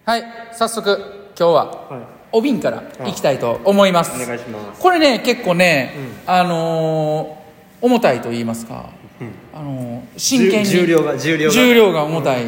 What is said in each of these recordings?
はい、早速今日はお瓶からいきたいと思います。 お願いします。 これね、結構ね、重たいと言いますか、真剣に重量が重たい、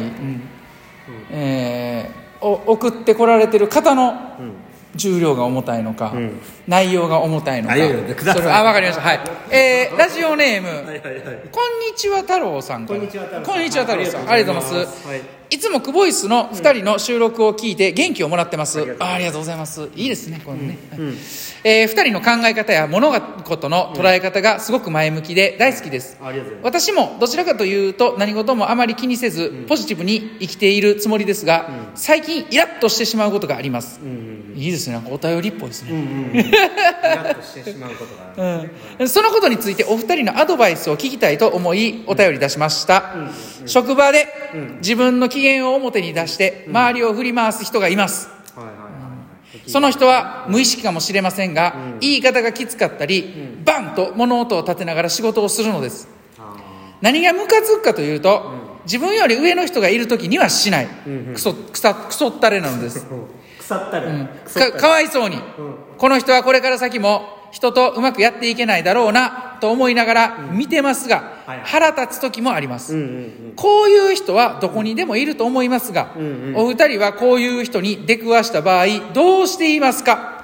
送ってこられてる方の重量が重たいのか、内容が重たいのか、それは分かりました。はい、ラジオネーム、こんにちは太郎さんから。こんにちは太郎さん、ありがとうございます。いつもクボイスの2人の収録を聞いて元気をもらってます。ありがとうございます。いいですね、このね。2人の考え方や物事の捉え方がすごく前向きで大好きです。私もどちらかというと何事もあまり気にせずポジティブに生きているつもりですが、最近イラッとしてしまうことがあります。いいですね、なんかお便りっぽいですね。 イラッとしてしまうことがある、 そのことについてお二人のアドバイスを聞きたいと思いお便り出しました。職場で自分の機嫌を表に出して周りを振り回す人がいます。その人は無意識かもしれませんが、言い方がきつかったり、バンと物音を立てながら仕事をするのです。何がムカつくかというと、自分より上の人がいる時にはしない、クソったれなのです。かわいそうに、この人はこれから先も人とうまくやっていけないだろうなと思いながら見てますが、腹立つ時もあります。こういう人はどこにでもいると思いますが、お二人はこういう人に出くわした場合どうしていますか？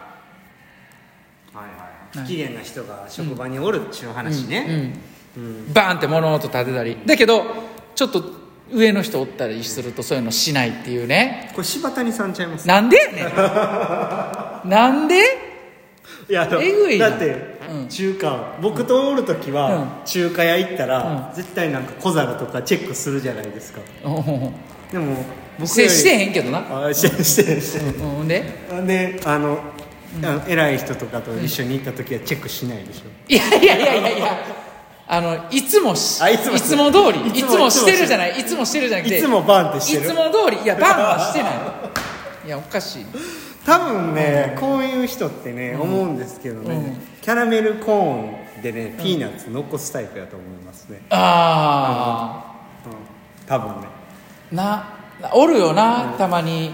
不機嫌な人が職場におるっていう話ね。 バーンって物音立てたりだけど、ちょっと上の人おったりするとそういうのしないっていうね。 これ柴谷さんちゃいます？ なんでやねんなんで？ いやえぐいな。 だって、中華僕とおるときは、中華屋行ったら、絶対なんか小皿とかチェックするじゃないですか。でも僕してへんけどな。 してで偉い人とかと一緒に行ったときはチェックしないでしょ。 いやいつも通りいつもしてるじゃない、いつもしてるじゃなくて、 いつもバンってしてる、 いつも通り、いやバンはしてないいやおかしい。 多分ね、こういう人ってね、思うんですけどね、キャラメルコーンでね、ピーナッツ残すタイプやと思いますね。多分ね、 おるよな、たまに。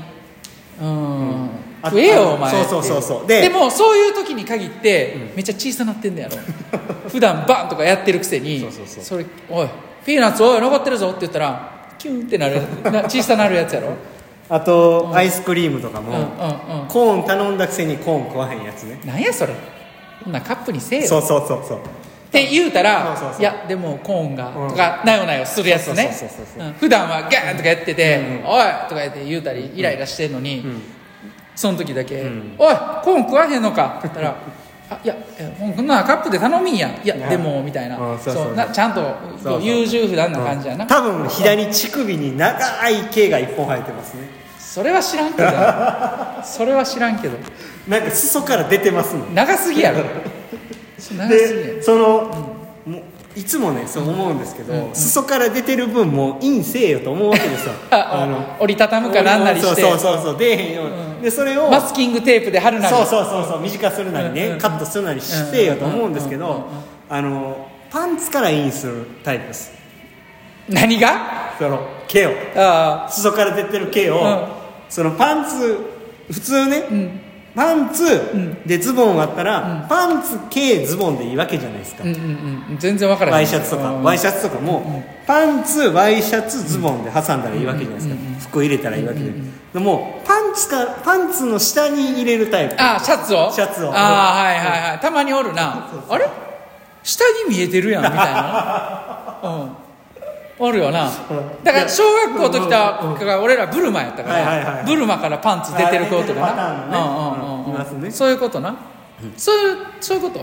食えよお前って。そうでもそういう時に限ってめっちゃ小さなってんだやろ普段バンとかやってるくせに、それおいピーナッツおい残ってるぞって言ったらキュンってなる小さなるやつやろ。 あと、アイスクリームとかも、コーン頼んだくせにコーン食わへんやつね。 なんやそれ、こんなカップにせえよ。 そうって言うたら、いやでもコーンが、とかなよなよするやつね。普段はガーンとかやってて、おいとか言うたりイライラしてんのに、その時だけ、おいコーン食わへんのかって言ったらいやこんなカップで頼みんや、いやでもみたいな、ちゃんと優柔不断な感じやな。 多分左乳首に長い毛が一本生えてますね。 それは知らんけどなんか裾から出てますもん。 長すぎやろでいつもねそう思うんですけど、裾から出てる分もインせえよと思うわけですよ折りたたむかなんなりして、 そう出えへんよ、でそれをマスキングテープで貼るなり、 そう短くするなりね、カットするなりしてよと思うんですけど、パンツからインするタイプです。 何が？ その毛を、裾から出てる毛を、そのパンツ普通ね、パンツでズボンあったら、パンツ系ズボンでいいわけじゃないですか。 全然分からない。 ワイシャツとかも、パンツワイシャツズボンで挟んだらいいわけじゃないですか。服入れたらいいわけで、でもパンツの下に入れるタイプ。 シャツをはいたまにおるな。あれ下に見えてるやんみたいなおるよな。だから小学校の時から俺らブルマやったから、ブルマからパンツ出てる子とかな、そういうことな。そういうこと、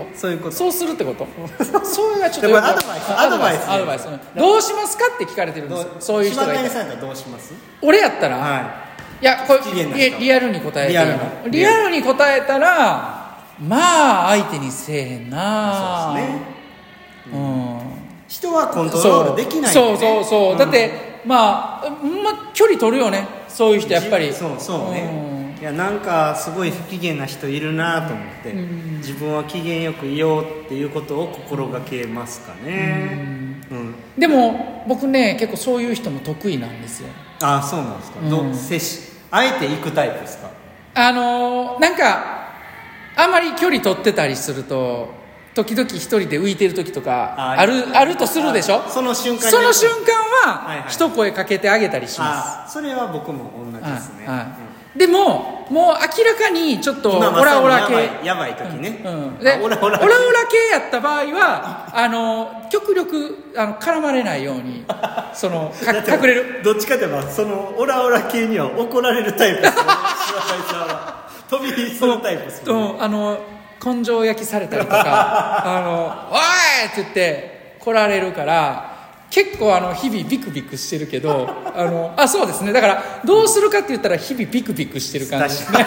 そうするってこと。そういうのはちょっとアドバイスどうしますかって聞かれてるんですよ。そういう人がいたら。 柴谷さんやったらどうします？ 俺やったら、いやこれリアルに答えてリアルに答えたら、まあ相手にせえへんな。そうですね。 人はコントロールできないよね。 そうだって距離取るよね、そういう人やっぱり。 そうね、いやなんかすごい不機嫌な人いるなと思って、自分は機嫌よくいようっていうことを心がけますかね。 でも僕ね結構そういう人も得意なんですよ。 そうなんですか。 あえて行くタイプですか？ なんかあんまり距離取ってたりすると時々一人で浮いてる時とかあるとするでしょ。 その瞬間は一声かけてあげたりします。 それは僕も同じですね。 でもう明らかにちょっとオラオラ系やばい時ね、 でオラオラ系やった場合は極力絡まれないように隠れる。 どっちかといえばそのオラオラ系には怒られるタイプですね。柴田さんは飛び火するタイプですね。 根性焼きされたりとかおいって言って来られるから結構日々ビクビクしてるけどそうですね。だからどうするかって言ったら日々ビクビクしてる感じですね。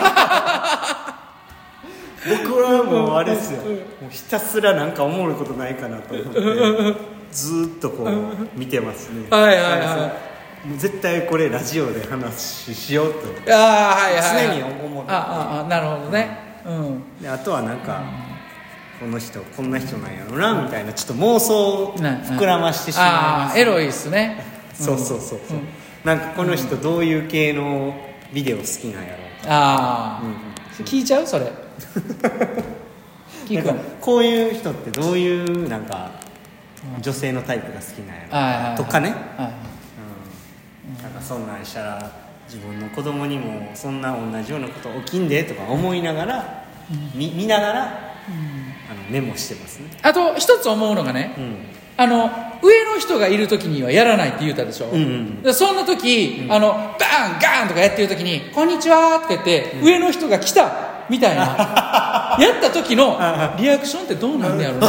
僕はもうあれですよ、もうひたすらなんかおもろいことないかなと思ってずっとこう見てますね。もう絶対これラジオで話しようと常に思ってなるほどね。 であとはなんか、この人こんな人なんやろなみたいなちょっと妄想を膨らましてしまいます、 エロいっすね。 そう、なんかこの人どういう系のビデオ好きなんやろ聞いちゃうそれ聞くなんかこういう人ってどういうなんか女性のタイプが好きなんやろとかね、なんかそんなんしたら自分の子供にもそんな同じようなこと起きんでとか思いながら、見ながら、メモしてますね。 あと一つ思うのがね、上の人がいる時にはやらないって言うたでしょ、でそんな時、バーンガーンとかやってる時にこんにちはって言って、上の人が来たみたいなやった時のリアクションってどうなんねやろね。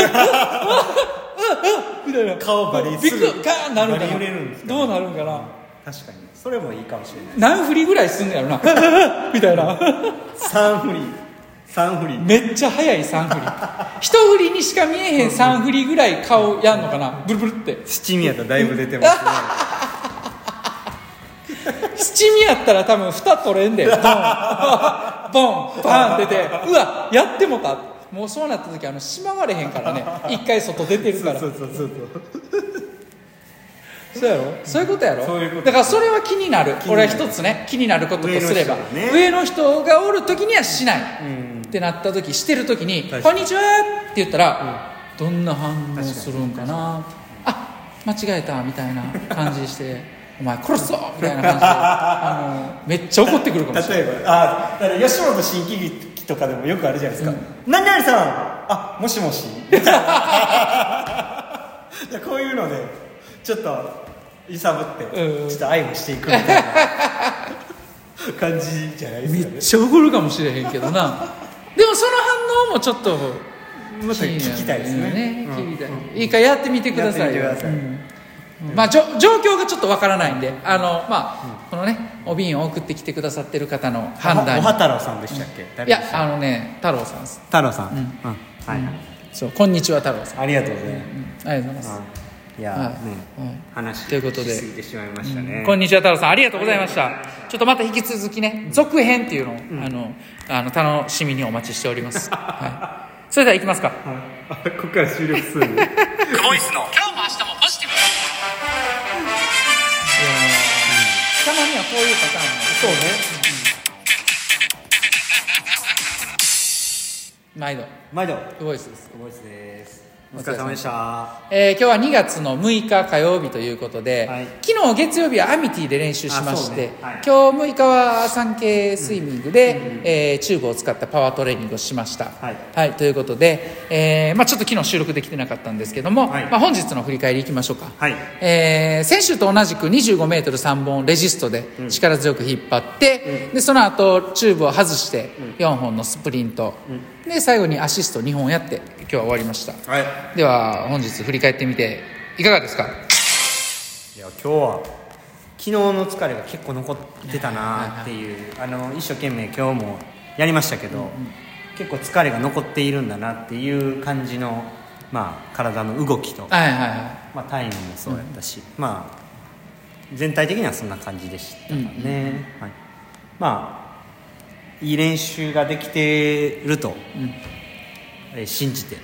みたいな顔バリビッグガーンなるんかな、どうなるんかな。 確かにそれもいいかもしれない。 何振りぐらいすんのやろなみたいな 3振りめっちゃ早い3振り一振りにしか見えへん3振りぐらい顔やんのかな。ブルブルって七味やったらだいぶ出てますね。 七味やったら多分蓋取れんでボンボンバーン出てうわやってもた。もうそうなった時しまわれへんからね。一回外出てるから。そうやろ、そういうことやろ。だからそれは気になる。俺は一つね気になることとすれば、上の人がおる時にはしない、ってなった時、してる時にこんにちはって言ったら、どんな反応するんかな。間違えたみたいな感じしてお前殺すぞみたいな感じでめっちゃ怒ってくるかもしれない。 例えばだから吉本新喜劇とかでもよくあるじゃないですか、何々さんもしもしみたいなこういうのでちょっと揺さぶって、ちょっと愛をしていくみたいな感じじゃないですかね。 めっちゃ怒るかもしれへんけどな。でもその反応もちょっとまた聞きたいですね。 聞きたい。いいかやってみてくださいよ。状況がちょっとわからないんで、このねお瓶を送ってきてくださってる方の判断。 おは太郎さんでしたっけ？ いや太郎さんです。 太郎さん。はい。 そうこんにちは太郎さん。 ありがとうございます。 ありがとうございます。 いや話ということでしすぎてしまいましたね。 こんにちは太郎さんありがとうございました。ちょっとまた引き続きね続編っていうのを楽しみにお待ちしております。それでは行きますか。 ここから収録する。 クボイスの今日も明日もポジティブ。たまにはこういうパターンもそうね。毎度クボイスです。 クボイスです。お疲れ様でした。 今日は2月の6日火曜日ということで、昨日月曜日はアミティで練習しまして、今日6日は産経スイミングで、チューブを使ったパワートレーニングをしました。ということで、ちょっと昨日収録できてなかったんですけども、本日の振り返りいきましょうか。先週と同じく 25m3 本レジストで力強く引っ張って、でその後チューブを外して4本のスプリント、で最後にアシスト2本やって今日は終わりました。では本日振り返ってみていかがですか？ いや今日は昨日の疲れが結構残ってたなっていう、一生懸命今日もやりましたけど、結構疲れが残っているんだなっていう感じの、体の動きと、タイムもそうやったし、全体的にはそんな感じでしたかね。いい練習ができてると、信じて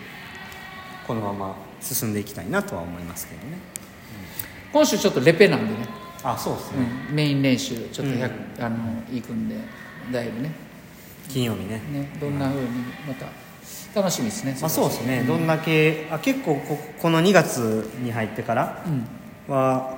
このまま進んでいきたいなとは思いますけどね。 今週ちょっとレペなんでねそうですね、 メイン練習ちょっと行くんでだいぶね金曜日ねどんな風にまた楽しみですね。 そうですね、どんだけ結構この2月に入ってからは、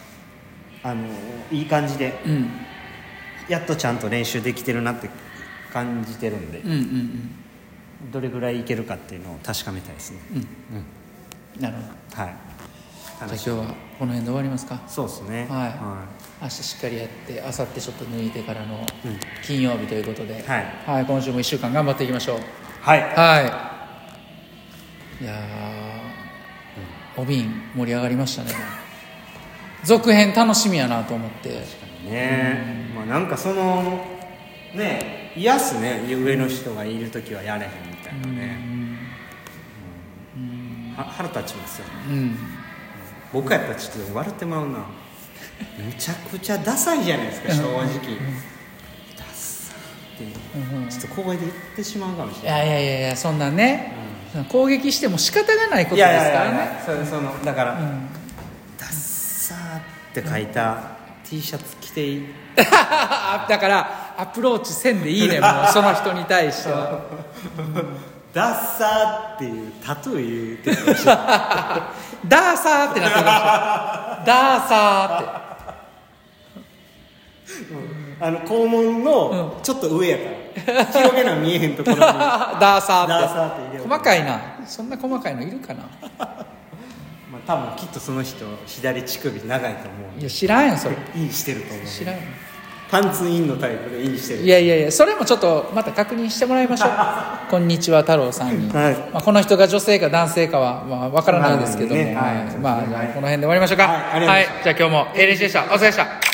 いい感じで、やっとちゃんと練習できてるなって感じてるんで、どれぐらいいけるかっていうのを確かめたいですね。 なるほど。はい。じゃあ今日はこの辺で終わりますか。 そうですね。 はい。明日しっかりやって、明後日ちょっと抜いてからの金曜日ということで、はい。今週も1週間頑張っていきましょう。はい。はい。いやお瓶盛り上がりましたね。続編楽しみやなと思って。確かにね。なんかそのね、嫌っすね、上の人がいるときはやれへんみたいなね。腹立ちますよね。僕やったらちょっと笑ってまうな。めちゃくちゃダサいじゃないですか、正直。ダッサってちょっと小声で言ってしまうかもしれない。 いやそんなね、攻撃しても仕方がないことですからね。 だから、ダッサって書いた T シャツ着ていいだからアプローチせんでいいね、もうその人に対しては。 ダッサーっていうタトゥー言うてるしダーサーってなってるかもしれない。ダーサーって、肛門のちょっと上やから広げな見えへんところにダーサーってダーサーって入れる。 細かいな、そんな細かいのいるかな。 多分きっとその人左乳首長いと思う。 いや知らんよそれ。 インしてると思う。 知らんよ。 パンツインのタイプでインしてる。 いやそれもちょっとまた確認してもらいましょう。こんにちは太郎さんに、この人が女性か男性かは分からないですけども、この辺で終わりましょうか。はい、じゃあ今日も練習でした。お疲れでした。